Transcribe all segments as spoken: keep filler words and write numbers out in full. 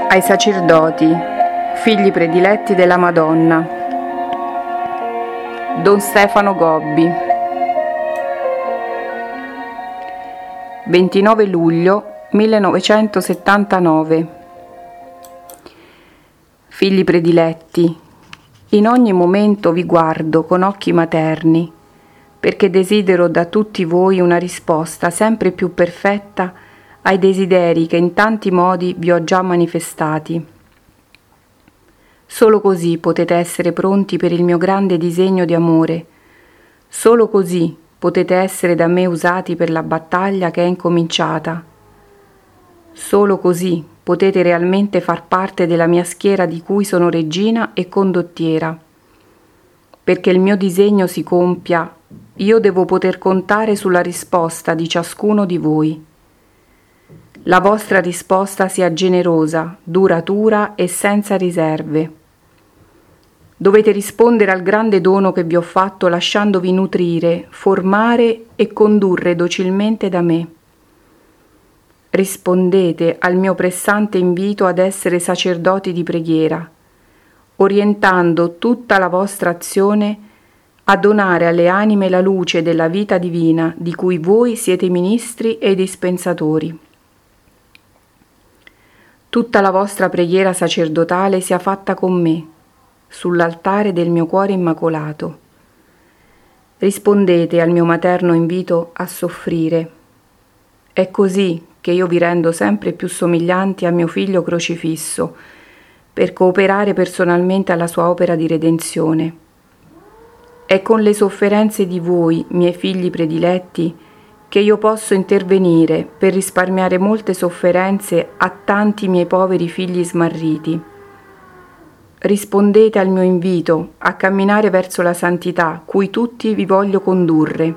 Ai sacerdoti, figli prediletti della Madonna. Don Stefano Gobbi. ventinove luglio millenovecentosettantanove. Figli prediletti, in ogni momento vi guardo con occhi materni, perché desidero da tutti voi una risposta sempre più perfetta ai desideri che in tanti modi vi ho già manifestati. Solo così potete essere pronti per il mio grande disegno di amore. Solo così potete essere da me usati per la battaglia che è incominciata. Solo così potete realmente far parte della mia schiera di cui sono regina e condottiera. Perché il mio disegno si compia, io devo poter contare sulla risposta di ciascuno di voi. La vostra risposta sia generosa, duratura e senza riserve. Dovete rispondere al grande dono che vi ho fatto lasciandovi nutrire, formare e condurre docilmente da me. Rispondete al mio pressante invito ad essere sacerdoti di preghiera, orientando tutta la vostra azione a donare alle anime la luce della vita divina di cui voi siete ministri e dispensatori. Tutta la vostra preghiera sacerdotale sia fatta con me, sull'altare del mio cuore immacolato. Rispondete al mio materno invito a soffrire. È così che io vi rendo sempre più somiglianti a mio figlio crocifisso, per cooperare personalmente alla sua opera di redenzione. È con le sofferenze di voi, miei figli prediletti, che io posso intervenire per risparmiare molte sofferenze a tanti miei poveri figli smarriti. Rispondete al mio invito a camminare verso la santità cui tutti vi voglio condurre,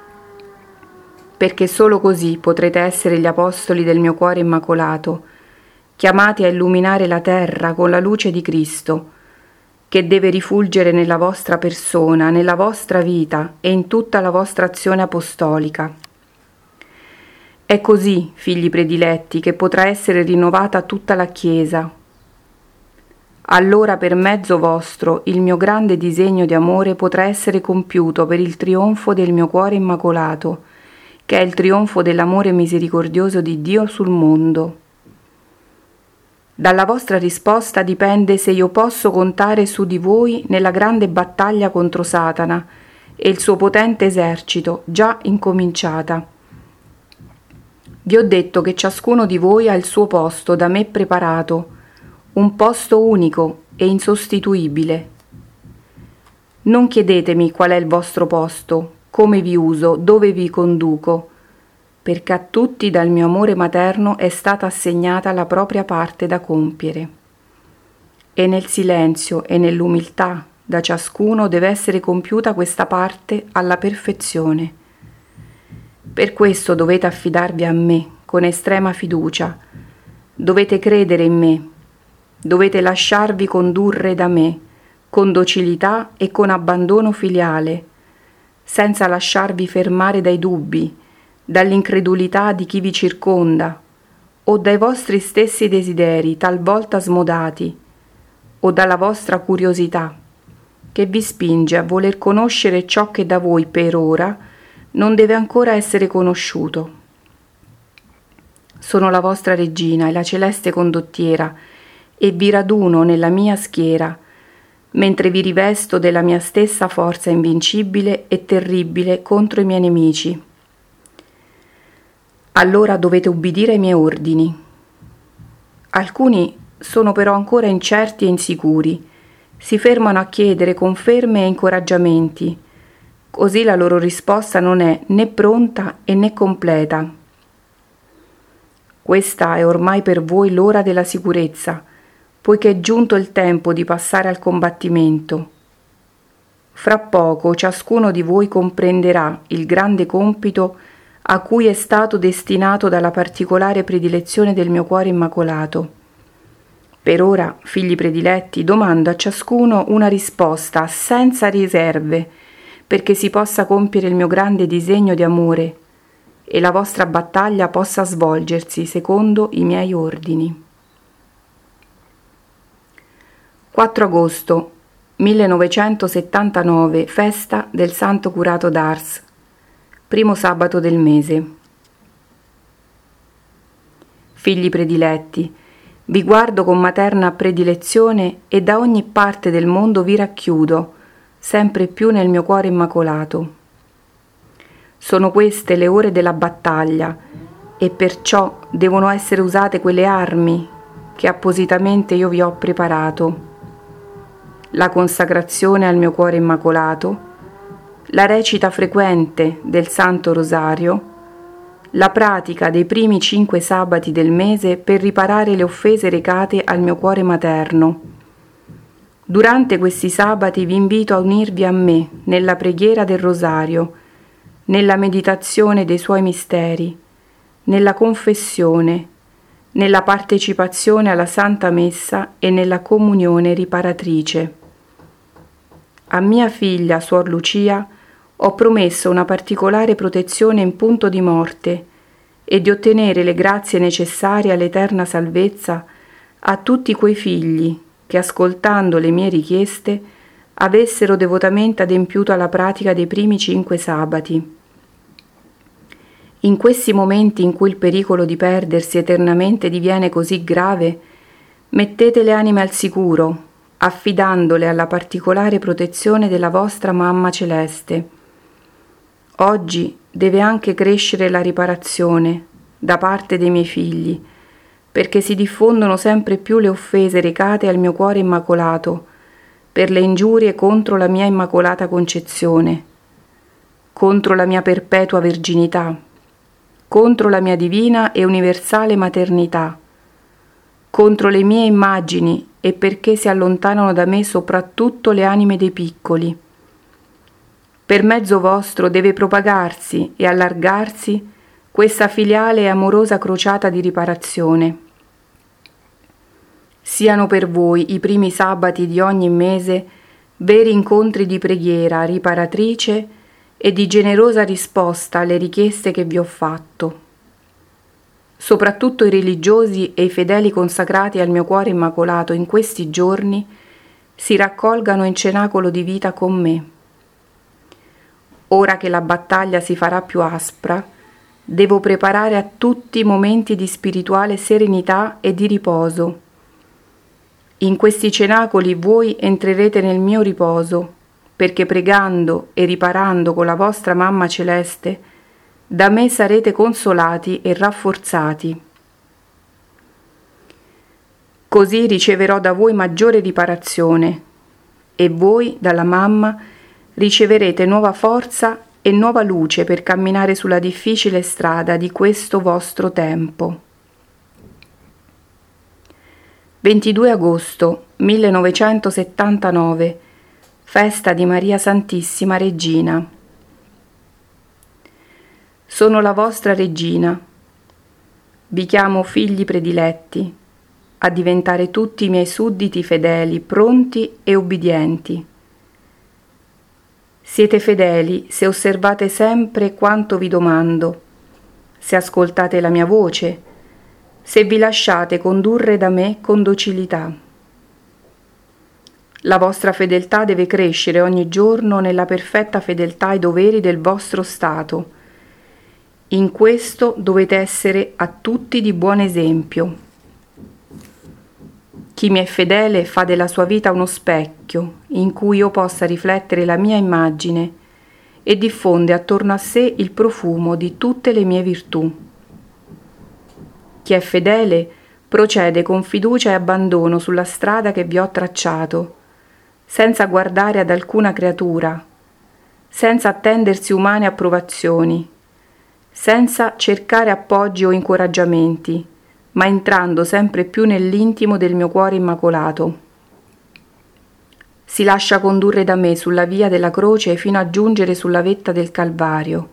perché solo così potrete essere gli apostoli del mio cuore immacolato, chiamati a illuminare la terra con la luce di Cristo, che deve rifulgere nella vostra persona, nella vostra vita e in tutta la vostra azione apostolica. È così, figli prediletti, che potrà essere rinnovata tutta la Chiesa. Allora per mezzo vostro il mio grande disegno di amore potrà essere compiuto per il trionfo del mio cuore immacolato, che è il trionfo dell'amore misericordioso di Dio sul mondo. Dalla vostra risposta dipende se io posso contare su di voi nella grande battaglia contro Satana e il suo potente esercito già incominciata. Vi ho detto che ciascuno di voi ha il suo posto da me preparato, un posto unico e insostituibile. Non chiedetemi qual è il vostro posto, come vi uso, dove vi conduco, perché a tutti dal mio amore materno è stata assegnata la propria parte da compiere. E nel silenzio e nell'umiltà da ciascuno deve essere compiuta questa parte alla perfezione. Per questo dovete affidarvi a me con estrema fiducia, dovete credere in me, dovete lasciarvi condurre da me con docilità e con abbandono filiale, senza lasciarvi fermare dai dubbi, dall'incredulità di chi vi circonda, o dai vostri stessi desideri talvolta smodati, o dalla vostra curiosità, che vi spinge a voler conoscere ciò che da voi per ora non deve ancora essere conosciuto. Sono la vostra regina e la celeste condottiera e vi raduno nella mia schiera, mentre vi rivesto della mia stessa forza invincibile e terribile contro i miei nemici. Allora dovete ubbidire ai miei ordini. Alcuni sono però ancora incerti e insicuri, si fermano a chiedere conferme e incoraggiamenti, così la loro risposta non è né pronta e né completa. Questa è ormai per voi l'ora della sicurezza, poiché è giunto il tempo di passare al combattimento. Fra poco ciascuno di voi comprenderà il grande compito a cui è stato destinato dalla particolare predilezione del mio cuore immacolato. Per ora, figli prediletti, domando a ciascuno una risposta senza riserve, perché si possa compiere il mio grande disegno di amore e la vostra battaglia possa svolgersi secondo i miei ordini. quattro agosto millenovecentosettantanove, festa del Santo Curato d'Ars, primo sabato del mese. Figli prediletti, vi guardo con materna predilezione e da ogni parte del mondo vi racchiudo, sempre più nel mio cuore immacolato. Sono queste le ore della battaglia e perciò devono essere usate quelle armi che appositamente io vi ho preparato. La consacrazione al mio cuore immacolato, la recita frequente del Santo Rosario, la pratica dei primi cinque sabati del mese per riparare le offese recate al mio cuore materno. Durante questi sabati vi invito a unirvi a me nella preghiera del Rosario, nella meditazione dei suoi misteri, nella confessione, nella partecipazione alla Santa Messa e nella comunione riparatrice. A mia figlia, Suor Lucia, ho promesso una particolare protezione in punto di morte e di ottenere le grazie necessarie all'eterna salvezza a tutti quei figli che, ascoltando le mie richieste, avessero devotamente adempiuto alla pratica dei primi cinque sabati. In questi momenti in cui il pericolo di perdersi eternamente diviene così grave, mettete le anime al sicuro, affidandole alla particolare protezione della vostra Mamma Celeste. Oggi deve anche crescere la riparazione da parte dei miei figli, perché si diffondono sempre più le offese recate al mio cuore immacolato per le ingiurie contro la mia immacolata concezione, contro la mia perpetua verginità, contro la mia divina e universale maternità, contro le mie immagini e perché si allontanano da me soprattutto le anime dei piccoli. Per mezzo vostro deve propagarsi e allargarsi questa filiale e amorosa crociata di riparazione. Siano per voi i primi sabati di ogni mese veri incontri di preghiera riparatrice e di generosa risposta alle richieste che vi ho fatto. Soprattutto i religiosi e i fedeli consacrati al mio cuore immacolato in questi giorni si raccolgano in cenacolo di vita con me. Ora che la battaglia si farà più aspra, devo preparare a tutti momenti di spirituale serenità e di riposo. In questi cenacoli voi entrerete nel mio riposo, perché pregando e riparando con la vostra Mamma Celeste, da me sarete consolati e rafforzati. Così riceverò da voi maggiore riparazione, e voi, dalla Mamma, riceverete nuova forza e nuova luce per camminare sulla difficile strada di questo vostro tempo. ventidue agosto millenovecentosettantanove, festa di Maria Santissima Regina. Sono la vostra regina. Vi chiamo figli prediletti a diventare tutti i miei sudditi fedeli, pronti e ubbidienti. Siete fedeli se osservate sempre quanto vi domando, se ascoltate la mia voce, se vi lasciate condurre da me con docilità. La vostra fedeltà deve crescere ogni giorno nella perfetta fedeltà ai doveri del vostro stato. In questo dovete essere a tutti di buon esempio. Chi mi è fedele fa della sua vita uno specchio in cui io possa riflettere la mia immagine e diffonde attorno a sé il profumo di tutte le mie virtù. Chi è fedele procede con fiducia e abbandono sulla strada che vi ho tracciato, senza guardare ad alcuna creatura, senza attendersi umane approvazioni, senza cercare appoggi o incoraggiamenti, ma entrando sempre più nell'intimo del mio cuore immacolato. Si lascia condurre da me sulla via della croce fino a giungere sulla vetta del Calvario.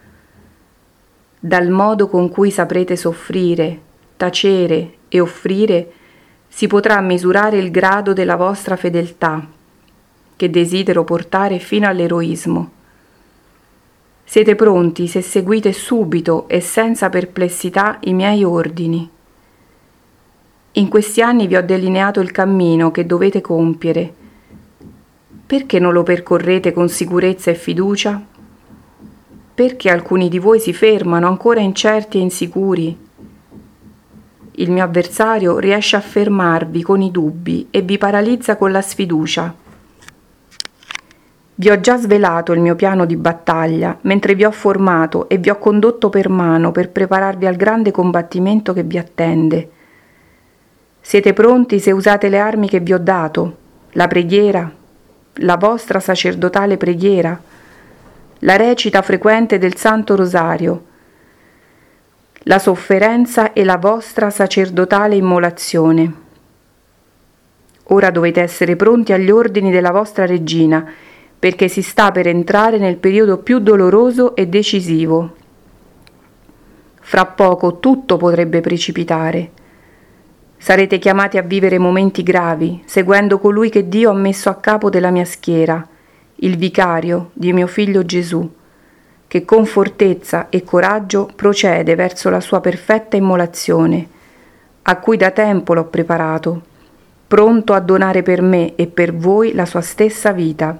Dal modo con cui saprete soffrire, tacere e offrire, si potrà misurare il grado della vostra fedeltà, che desidero portare fino all'eroismo. Siete pronti se seguite subito e senza perplessità i miei ordini. In questi anni vi ho delineato il cammino che dovete compiere. Perché non lo percorrete con sicurezza e fiducia? Perché alcuni di voi si fermano ancora incerti e insicuri? Il mio avversario riesce a fermarvi con i dubbi e vi paralizza con la sfiducia. Vi ho già svelato il mio piano di battaglia, mentre vi ho formato e vi ho condotto per mano per prepararvi al grande combattimento che vi attende. Siete pronti se usate le armi che vi ho dato, la preghiera, la vostra sacerdotale preghiera, la recita frequente del Santo Rosario, la sofferenza e la vostra sacerdotale immolazione. Ora dovete essere pronti agli ordini della vostra regina, perché si sta per entrare nel periodo più doloroso e decisivo. Fra poco tutto potrebbe precipitare. Sarete chiamati a vivere momenti gravi, seguendo colui che Dio ha messo a capo della mia schiera, il vicario di mio figlio Gesù, che con fortezza e coraggio procede verso la sua perfetta immolazione, a cui da tempo l'ho preparato, pronto a donare per me e per voi la sua stessa vita.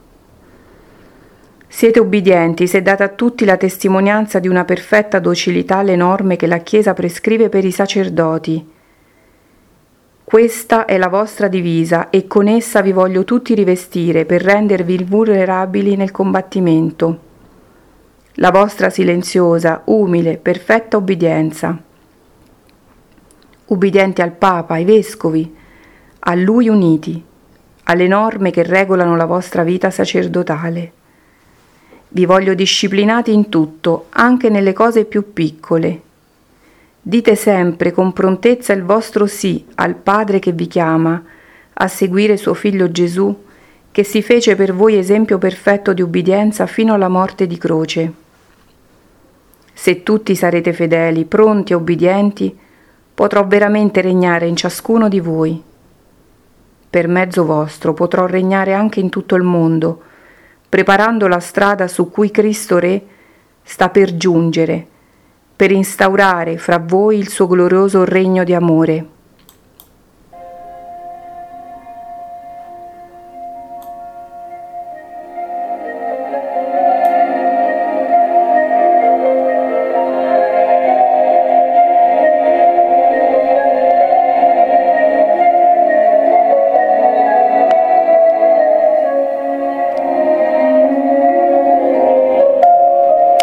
Siete ubbidienti se date a tutti la testimonianza di una perfetta docilità alle norme che la Chiesa prescrive per i sacerdoti. Questa è la vostra divisa e con essa vi voglio tutti rivestire per rendervi vulnerabili nel combattimento. La vostra silenziosa, umile, perfetta ubbidienza. Ubbidienti al Papa, ai Vescovi, a Lui uniti, alle norme che regolano la vostra vita sacerdotale. Vi voglio disciplinati in tutto, anche nelle cose più piccole. Dite sempre con prontezza il vostro sì al Padre che vi chiama a seguire suo Figlio Gesù, che si fece per voi esempio perfetto di ubbidienza fino alla morte di croce. Se tutti sarete fedeli, pronti e ubbidienti, potrò veramente regnare in ciascuno di voi. Per mezzo vostro potrò regnare anche in tutto il mondo, preparando la strada su cui Cristo Re sta per giungere, per instaurare fra voi il suo glorioso regno di amore.